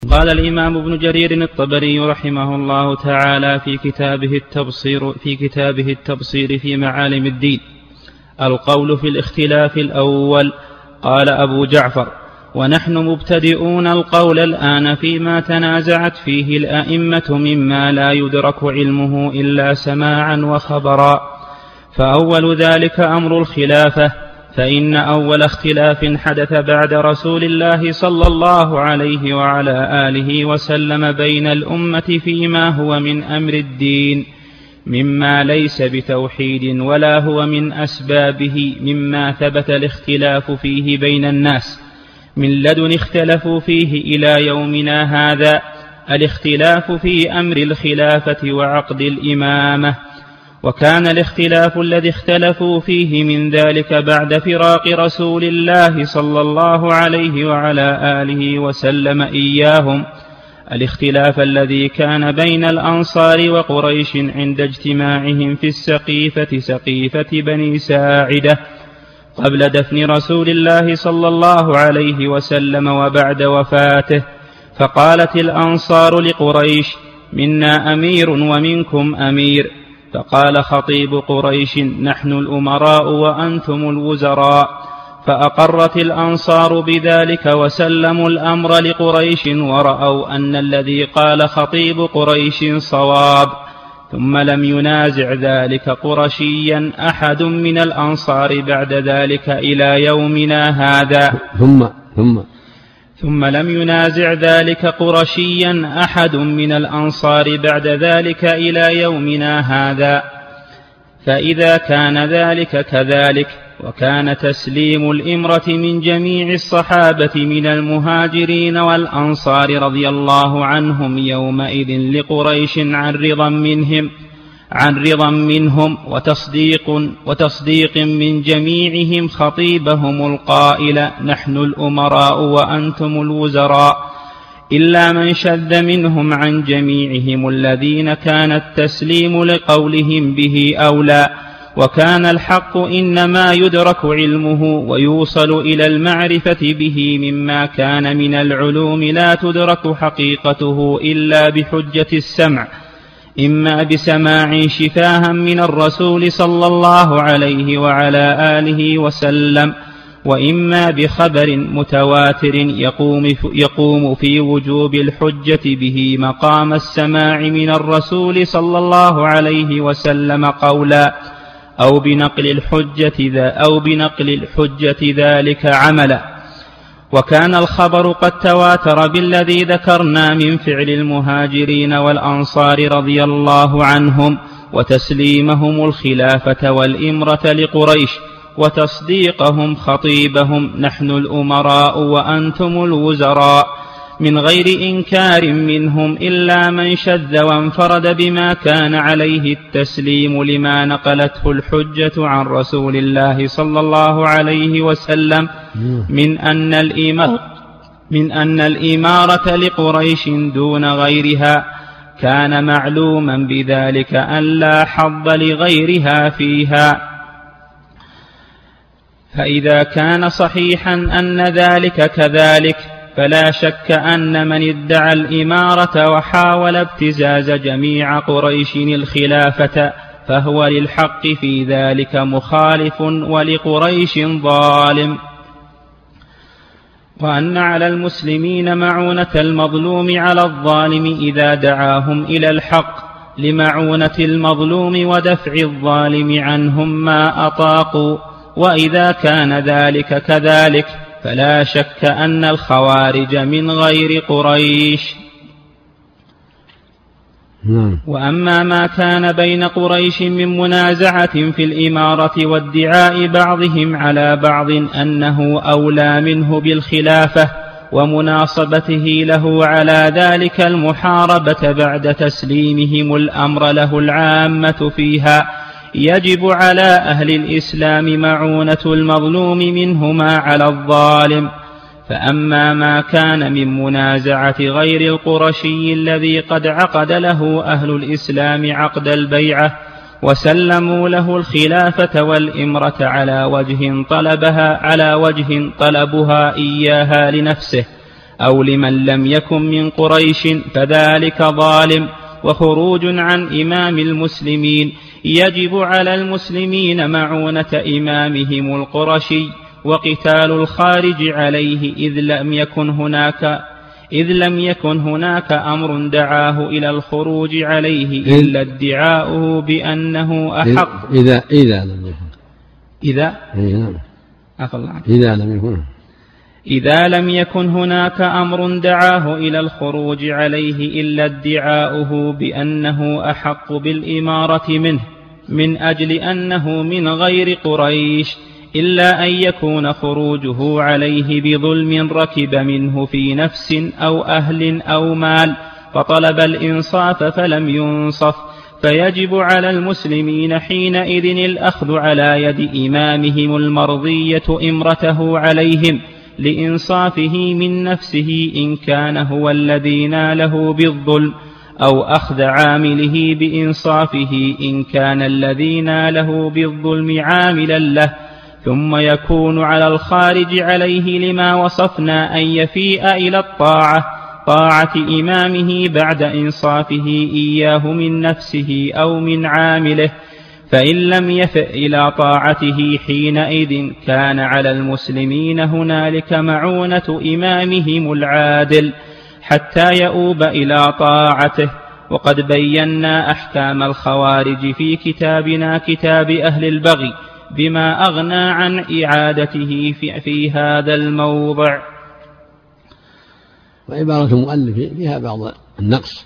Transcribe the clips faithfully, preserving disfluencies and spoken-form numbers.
قال الإمام ابن جرير الطبري رحمه الله تعالى في كتابه التبصير في كتابه التبصير في معالم الدين: القول في الاختلاف الأول. قال أبو جعفر: ونحن مبتدئون القول الآن فيما تنازعت فيه الأئمة مما لا يدرك علمه إلا سماعا وخبرا. فأول ذلك أمر الخلافة، فإن أول اختلاف حدث بعد رسول الله صلى الله عليه وعلى آله وسلم بين الأمة فيما هو من أمر الدين مما ليس بتوحيد ولا هو من أسبابه مما ثبت الاختلاف فيه بين الناس من لدن اختلفوا فيه إلى يومنا هذا، الاختلاف في أمر الخلافة وعقد الإمامة. وكان الاختلاف الذي اختلفوا فيه من ذلك بعد فراق رسول الله صلى الله عليه وعلى آله وسلم إياهم الاختلاف الذي كان بين الأنصار وقريش عند اجتماعهم في السقيفة سقيفة بني ساعدة قبل دفن رسول الله صلى الله عليه وسلم وبعد وفاته. فقالت الأنصار لقريش: منا أمير ومنكم أمير. فقال خطيب قريش: نحن الأمراء وأنتم الوزراء. فأقرت الأنصار بذلك وسلموا الأمر لقريش، ورأوا أن الذي قال خطيب قريش صواب. ثم لم ينازع ذلك قرشيا أحد من الأنصار بعد ذلك إلى يومنا هذا. ثم ثم ثم لم ينازع ذلك قرشيا أحد من الأنصار بعد ذلك إلى يومنا هذا. فإذا كان ذلك كذلك، وكان تسليم الإمرة من جميع الصحابة من المهاجرين والأنصار رضي الله عنهم يومئذ لقريش عن رضا منهم عن رضا منهم وتصديق, وتصديق من جميعهم خطيبهم القائل: نحن الأمراء وأنتم الوزراء، إلا من شذ منهم عن جميعهم الذين كان التسليم لقولهم به أولى. وكان الحق إنما يدرك علمه ويوصل إلى المعرفة به مما كان من العلوم لا تدرك حقيقته إلا بحجة السمع، إما بسماع شفاها من الرسول صلى الله عليه وعلى آله وسلم، وإما بخبر متواتر يقوم يقوم في وجوب الحجة به مقام السماع من الرسول صلى الله عليه وسلم قولا، أو بنقل الحجة أو بنقل الحجة ذلك عملا. وكان الخبر قد تواتر بالذي ذكرنا من فعل المهاجرين والأنصار رضي الله عنهم وتسليمهم الخلافة والإمرة لقريش وتصديقهم خطيبهم: نحن الأمراء وأنتم الوزراء، من غير إنكار منهم إلا من شذ وانفرد بما كان عليه التسليم لما نقلته الحجة عن رسول الله صلى الله عليه وسلم من أن الإمارة, من أن الإمارة لقريش دون غيرها. كان معلوما بذلك أن لا حظ لغيرها فيها. فإذا كان صحيحا أن ذلك كذلك، فلا شك أن من ادعى الإمارة وحاول ابتزاز جميع قريش الخلافة فهو للحق في ذلك مخالف ولقريش ظالم. وأن على المسلمين معونة المظلوم على الظالم إذا دعاهم إلى الحق لمعونة المظلوم ودفع الظالم عنهم ما أطاقوا. وإذا كان ذلك كذلك، فلا شك أن الخوارج من غير قريش. وأما ما كان بين قريش من منازعة في الإمارة وادعاء بعضهم على بعض أنه أولى منه بالخلافة ومناصبته له على ذلك المحاربة بعد تسليمهم الأمر له العامة فيها، يجب على أهل الإسلام معونة المظلوم منهما على الظالم. فأما ما كان من منازعة غير القرشي الذي قد عقد له أهل الإسلام عقد البيعة وسلموا له الخلافة والإمرة على وجه طلبها على وجه طلبها إياها لنفسه أو لمن لم يكن من قريش فذلك ظالم. وخروج عن إمام المسلمين يجب على المسلمين معونة إمامهم القرشي وقتال الخارج عليه إذ لم يكن هناك إذ لم يكن هناك أمر دعاه إلى الخروج عليه إلا ادعاؤه بأنه أحق. إذا إذا لم يكن إذا إذا لم يكن إذا لم يكن هناك أمر دعاه إلى الخروج عليه إلا ادعاؤه بأنه أحق بالإمارة منه من أجل أنه من غير قريش، إلا أن يكون خروجه عليه بظلم ركب منه في نفس أو أهل أو مال فطلب الإنصاف فلم ينصف، فيجب على المسلمين حينئذ الأخذ على يد إمامهم المرضية إمرته عليهم لإنصافه من نفسه إن كان هو الذي ناله بالظلم، أو أخذ عامله بإنصافه إن كان الذي ناله بالظلم عاملا له. ثم يكون على الخارج عليه لما وصفنا أن يفيء إلى الطاعة طاعة إمامه بعد إنصافه إياه من نفسه أو من عامله، فإن لم يفئ إلى طاعته حينئذ كان على المسلمين هنالك معونة إمامهم العادل حتى يؤوب إلى طاعته. وقد بينا أحكام الخوارج في كتابنا كتاب أهل البغي بما أغنى عن إعادته في, في هذا الموضع. وعبارة المؤلف فيها بعض النقص،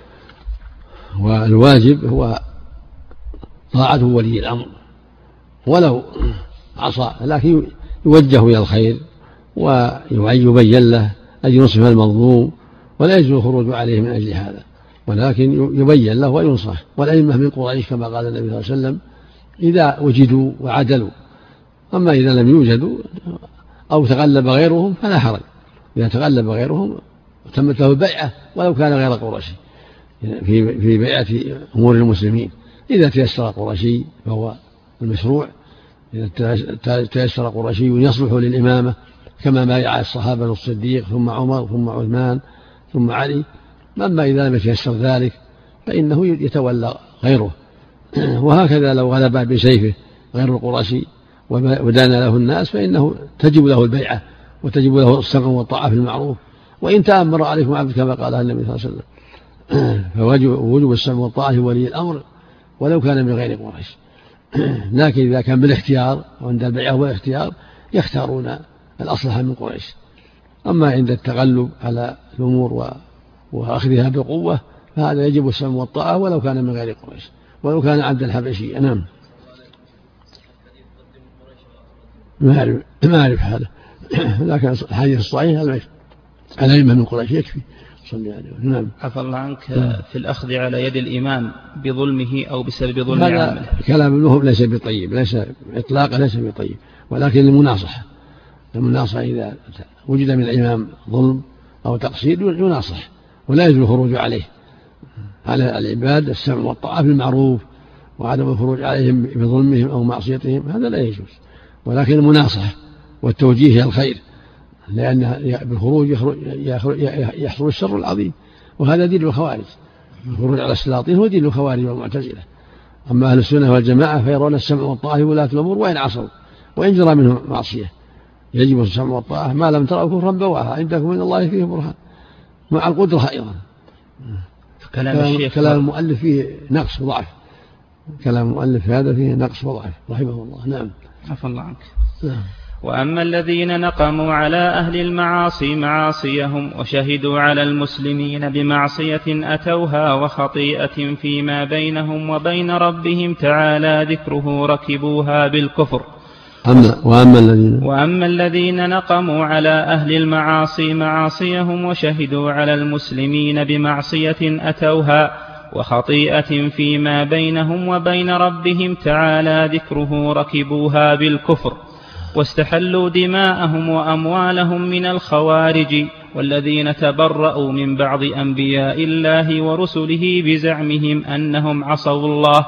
والواجب هو طاعة ولي الأمر ولو عصى، لكن يوجه إلى الخير ويبين له أن ينصف المظلوم، ولا يجوز الخروج عليه من أجل هذا، ولكن يبين له وينصح. والأئمة من قريش كما قال النبي صلى الله عليه وسلم إذا وجدوا وعدلوا، أما إذا لم يوجدوا أو تغلب غيرهم فلا حرج. إذا تغلب غيرهم وتمت له البيعة ولو كان غير قرشي في في بيعة أمور المسلمين. إذا تيسر قرشي فهو المشروع، إذا تيسر قرشي يصلح للإمامة كما بايع الصحابة الصديق ثم عمر ثم عثمان ثم علي. أما إذا لم يتيسر ذلك فإنه يتولى غيره، وهكذا لو غلب بسيفه غير القرشي ودان له الناس فإنه تجب له البيعة وتجب له السمع والطاعة في المعروف، وإن تأمر عليكم عبد كما قال النبي صلى الله عليه وسلم. فوجب السمع والطاعة لولي الأمر ولو كان من غير قريش. لكن إذا كان بالاختيار وعند البيعة والاختيار يختارون الأصلح من قريش. أما عند التغلب على الأمور وأخذها بقوة فهذا يجب السمع والطاعة ولو كان من غير قريش، ولو كان عبدا حبشيا. نعم. ما أعرف ما أعرف هذا، لكن الحديث الصحيح الأئمة من قريش يكفي. صلى عليه. نعم. عفى الله عنك. في الأخذ على يد الإمام بظلمه أو بسبب ظلم عامله، كلام ابنه ليس بطيب، ليس إطلاقا ليس بطيب، ولكن المناصحة المناصحة إذا وجد من الإمام ظلم أو تقصير يناصح، ولا يجوز الخروج عليه. على العباد السمع والطاعة بالمعروف وعدم الخروج عليهم بظلمهم أو معصيتهم، هذا لا يجوز، ولكن المناصحة والتوجيه إلى الخير، لأن بالخروج يحصل الشر العظيم، وهذا دين الخوارج. الخروج على السلاطين هو دين الخوارج والمعتزلة. أما أهل السنة والجماعة فيرون السمع والطاعة ولاة الأمور وإن عصوا وإن جرى منهم معصية، يجب السمع والطاعة ما لم تروا كفرا بواها عندكم من الله فيه برهان، مع القدرة أيضا. كلام الشيخ كلام المؤلف فيه نقص وضعف، كلام المؤلف هذا فيه نقص وضعف رحمه الله. نعم. عفى الله عنك. نعم. وأما الذين نقموا على أهل المعاصي معاصيهم وشهدوا على المسلمين بمعصية أتوها وخطيئة فيما بينهم وبين ربهم تعالى ذكره ركبوها بالكفر. وأما الذين, وأما الذين نقموا على أهل المعاصي معاصيهم وشهدوا على المسلمين بمعصية أتوها وخطيئة فيما بينهم وبين ربهم تعالى ذكره ركبوها بالكفر، واستحلوا دماءهم وأموالهم من الخوارج والذين تبرأوا من بعض أنبياء الله ورسله بزعمهم أنهم عصوا الله،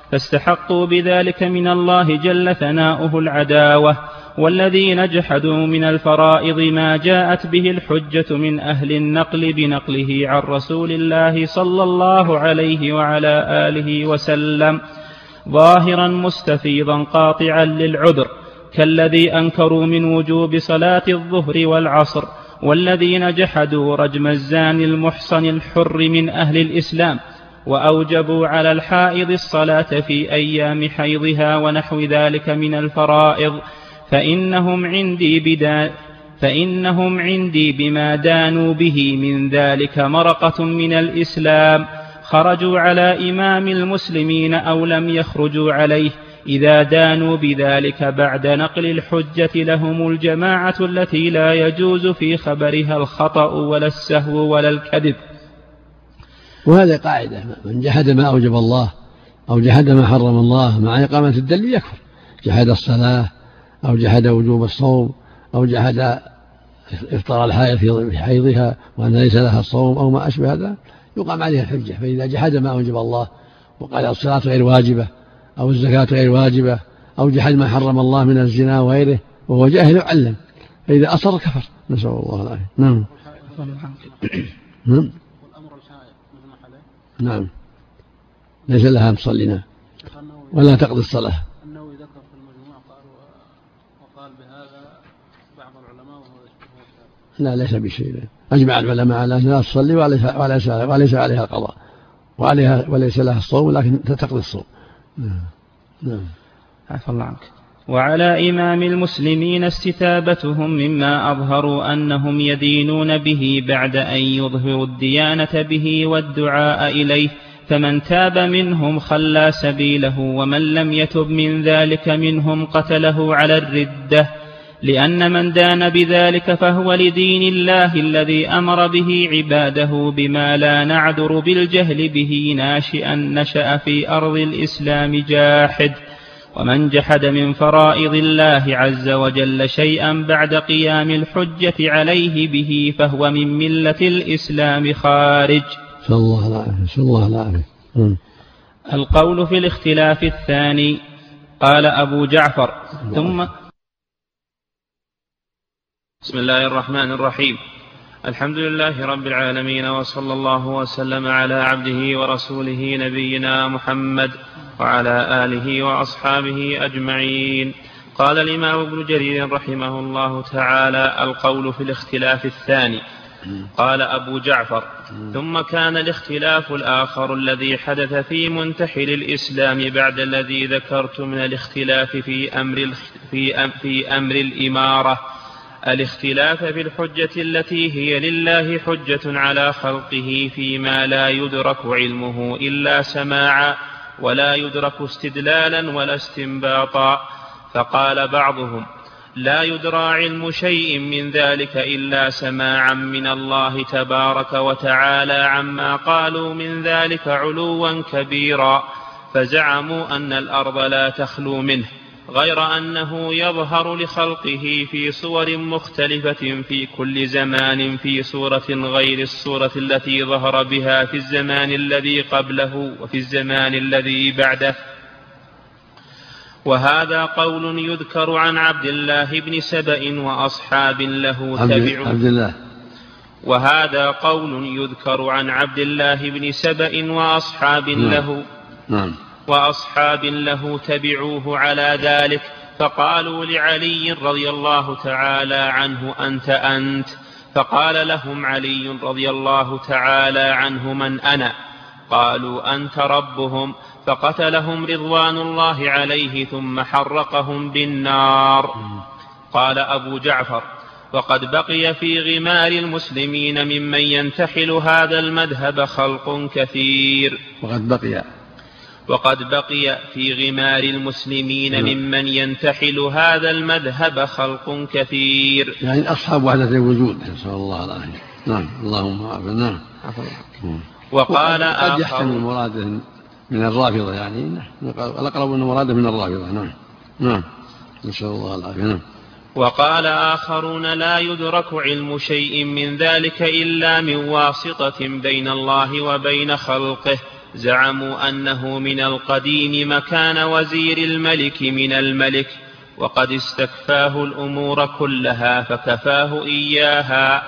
فاستحقوا بذلك من الله جل ثناؤه العداوة. والذين جحدوا من الفرائض ما جاءت به الحجة من أهل النقل بنقله عن رسول الله صلى الله عليه وعلى آله وسلم ظاهرا مستفيضا قاطعا للعذر، كالذي أنكروا من وجوب صلاة الظهر والعصر، والذين جحدوا رجم الزاني المحصن الحر من أهل الإسلام، وأوجبوا على الحائض الصلاة في أيام حيضها ونحو ذلك من الفرائض، فإنهم عندي, بدا فإنهم عندي بما دانوا به من ذلك مرقة من الإسلام، خرجوا على إمام المسلمين أو لم يخرجوا عليه، إذا دانوا بذلك بعد نقل الحجة لهم الجماعة التي لا يجوز في خبرها الخطأ ولا السهو ولا الكذب. وهذا قاعدة: من جحد ما أوجب الله أو جحد ما حرم الله مع إقامة الدليل يكفر. جحد الصلاة أو جحد وجوب الصوم أو جحد إفطار الحائض في حيضها وأن ليس لها الصوم أو ما أشبه هذا يقام عليها الحجة. فإذا جحد ما أوجب الله وقال الصلاة غير واجبة أو الزكاة غير واجبة أو جحد ما حرم الله من الزنا وغيره وهو جاهل يعلم، فإذا أصر كفر، نسأل الله العافية. نعم. نعم. نعم. ليس لها مصلنا ولا تقضي الصلاة. النووي ذكر في المجموع وقال بهذا بعض العلماء وهو لا ليس بشيء. أجمع العلماء على أنها تصلي وليس, وليس, وليس عليها القضاء وعليها وليس لها الصوم لكن تقضي الصوم. نعم. عفى الله عنك. وعلى إمام المسلمين استتابتهم مما أظهروا أنهم يدينون به بعد أن يظهروا الديانة به والدعاء إليه، فمن تاب منهم خلى سبيله، ومن لم يتب من ذلك منهم قتله على الردة، لأن من دان بذلك فهو لدين الله الذي أمر به عباده بما لا نعذر بالجهل به ناشئا نشأ في أرض الإسلام جاحد. ومن جحد من فرائض الله عز وجل شيئا بعد قيام الحجة عليه به فهو من ملة الإسلام خارج. صلى الله العافية. صلى الله العافية. القول في الاختلاف الثاني. قال أبو جعفر: ثم بسم الله الرحمن الرحيم. الحمد لله رب العالمين، وصلى الله وسلم على عبده ورسوله نبينا محمد وعلى آله وأصحابه أجمعين. قال الإمام ابن جرير رحمه الله تعالى: القول في الاختلاف الثاني. قال أبو جعفر: ثم كان الاختلاف الآخر الذي حدث في منتحل الإسلام بعد الذي ذكرت من الاختلاف في أمر, في أم في أمر الإمارة، الاختلاف في الحجة التي هي لله حجة على خلقه فيما لا يدرك علمه إلا سماعا ولا يدرك استدلالا ولا استنباطا. فقال بعضهم: لا يدرى علم شيء من ذلك إلا سماعا من الله تبارك وتعالى عما قالوا من ذلك علوا كبيرا، فزعموا أن الأرض لا تخلو منه، غير أنه يظهر لخلقه في صور مختلفة في كل زمان في صورة غير الصورة التي ظهر بها في الزمان الذي قبله وفي الزمان الذي بعده. وهذا قول يذكر عن عبد الله بن سبأ وأصحاب له تبعوا عبد الله وهذا قول يذكر عن عبد الله بن سبأ وأصحاب نعم. له نعم. وأصحاب له تبعوه على ذلك، فقالوا لعلي رضي الله تعالى عنه: أنت أنت؟ فقال لهم علي رضي الله تعالى عنه: من أنا؟ قالوا: أنت ربهم. فقتلهم رضوان الله عليه ثم حرقهم بالنار. قال أبو جعفر: وقد بقي في غمار المسلمين ممن ينتحل هذا المذهب خلق كثير. وقد بقي وقد بقي في غمار المسلمين ممن ينتحل هذا المذهب خلق كثير، يعني أصحاب وحدة الوجود، نسأل الله العافية. نعم. اللهم عافنا. نعم. وقال قد آخر: يحتمل مراده من الرافضة، يعني الأقرب أن مراده من الرافضة. نعم. نعم. نسأل الله العافية. نعم. وقال آخرون: لا يدرك علم شيء من ذلك إلا من واسطة بين الله وبين خلقه، زعموا أنه من القديم مكان وزير الملك من الملك، وقد استكفاه الأمور كلها فكفاه إياها.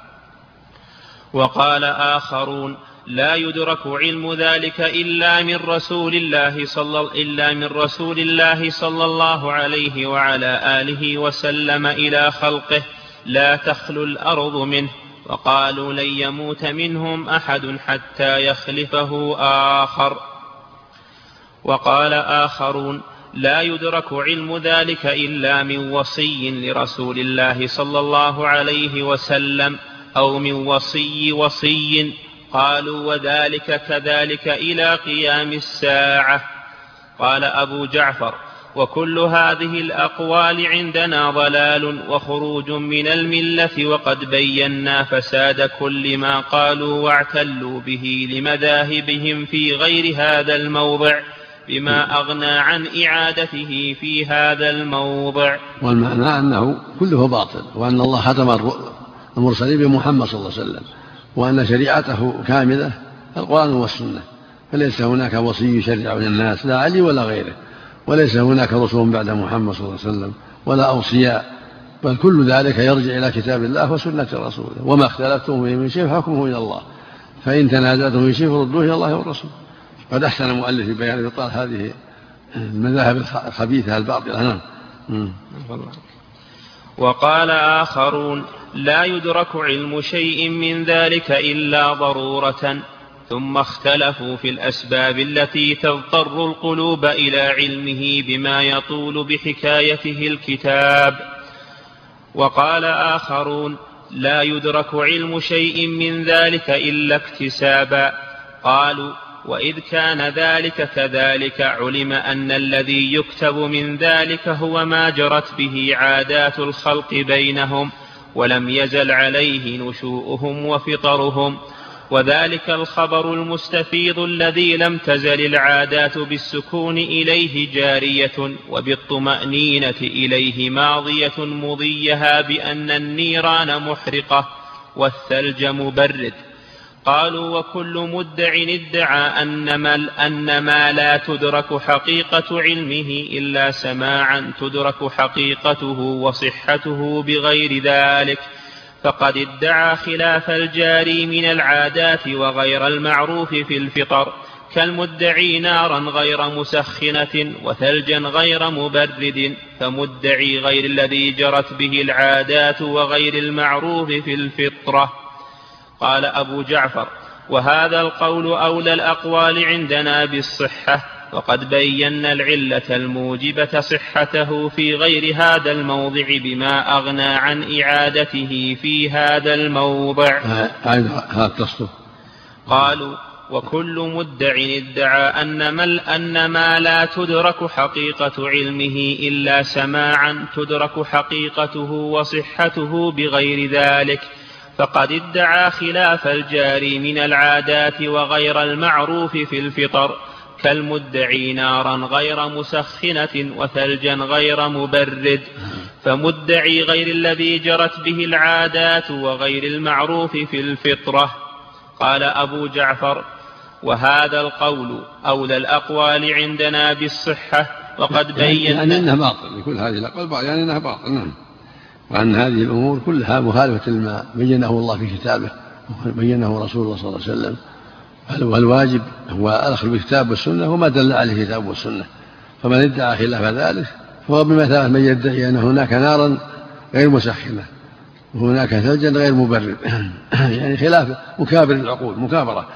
وقال آخرون: لا يدرك علم ذلك إلا من رسول الله صلى إلا من رسول الله صلى الله عليه وعلى آله وسلم إلى خلقه، لا تخلو الأرض منه. وقالوا: لن يموت منهم أحد حتى يخلفه آخر. وقال آخرون: لا يدرك علم ذلك إلا من وصي لرسول الله صلى الله عليه وسلم أو من وصي وصي. قالوا: وذلك كذلك إلى قيام الساعة. قال أبو جعفر: وكل هذه الأقوال عندنا ضلال وخروج من الملة، وقد بينا فساد كل ما قالوا واعتلوا به لمذاهبهم في غير هذا الموضع، بما أغنى عن إعادته في هذا الموضع. والمعنى أنه كله باطل، وأن الله ختم المرسلين بمحمد صلى الله عليه وسلم، وأن شريعته كاملة القرآن والسنة، فليس هناك وصي يشرع للناس لا علي ولا غيره، وليس هناك رسول بعد محمد صلى الله عليه وسلم ولا أوصياء، بل كل ذلك يرجع إلى كتاب الله وسنة رسوله. وما اختلفتم فيه من شيء فحكمه إلى الله، فإن تنازعتم في شيء فردوه إلى الله والرسول. قد أحسن المؤلف في بيان إبطال هذه المذاهب الخبيثة الباطلة. نعم. وقال آخرون: لا يدرك علم شيء من ذلك إلا ضرورة. ثم اختلفوا في الأسباب التي تضطر القلوب إلى علمه بما يطول بحكايته الكتاب. وقال آخرون: لا يدرك علم شيء من ذلك إلا اكتسابا. قالوا: وإذ كان ذلك كذلك علم أن الذي يكتب من ذلك هو ما جرت به عادات الخلق بينهم، ولم يزل عليه نشوؤهم وفطرهم، وذلك الخبر المستفيض الذي لم تزل العادات بالسكون إليه جارية، وبالطمأنينة إليه ماضية مضيها بأن النيران محرقة والثلج مبرد. قالوا: وكل مدع ادعى أن ما لا تدرك حقيقة علمه إلا سماعا تدرك حقيقته وصحته بغير ذلك، فقد ادعى خلاف الجاري من العادات وغير المعروف في الفطر، كالمدعي نارا غير مسخنة وثلجا غير مبرد، فمدعي غير الذي جرت به العادات وغير المعروف في الفطرة. قال أبو جعفر: وهذا القول أولى الأقوال عندنا بالصحة، وقد بينا العلة الموجبة صحته في غير هذا الموضع بما أغنى عن إعادته في هذا الموضع. قالوا: وكل مدع ادعى أن ما لا تدرك حقيقة علمه إلا سماعا تدرك حقيقته وصحته بغير ذلك، فقد ادعى خلاف الجاري من العادات وغير المعروف في الفطر، كالمدعي نارا غير مسخنة وثلجا غير مبرد، فمدعي غير الذي جرت به العادات وغير المعروف في الفطرة. قال أبو جعفر: وهذا القول أولى الأقوال عندنا بالصحة، وقد بينا يعني أنها باطل، يقول هذه الأقوال يعني أنها باطل، نعم، وأن هذه الأمور كلها مخالفة لما بينه الله في كتابه وبينه رسول الله صلى الله عليه وسلم، والواجب هو الأخذ بالكتاب والسنة وما دل عليه الكتاب والسنة، فمن ادعى خلاف ذلك فهو بمثابة من يدعي أن هناك نارا غير مسخنة وهناك ثلجا غير مبرد يعني خلاف مكابر العقول، مكابرة.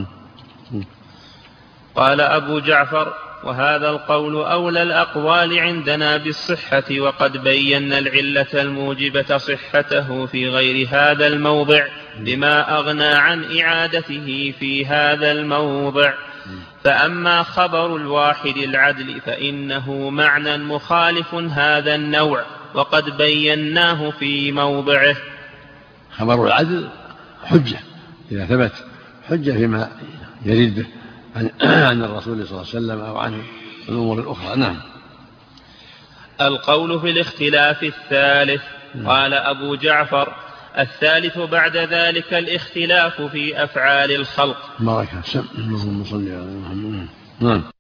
قال أبو جعفر: وهذا القول أولى الأقوال عندنا بالصحة، وقد بينا العلة الموجبة صحته في غير هذا الموضع بما أغنى عن إعادته في هذا الموضع. فأما خبر الواحد العدل فإنه معنى مخالف هذا النوع، وقد بيناه في موضعه. خبر العدل حجة إذا ثبت، حجة فيما يريد به عن, عن الرسول صلى الله عليه وسلم أو عن الأمور الأخرى. نعم. القول في الاختلاف الثالث. قال أبو جعفر: الثالث بعد ذلك الاختلاف في أفعال الخلق. بارك اللهم صل على محمد. نعم.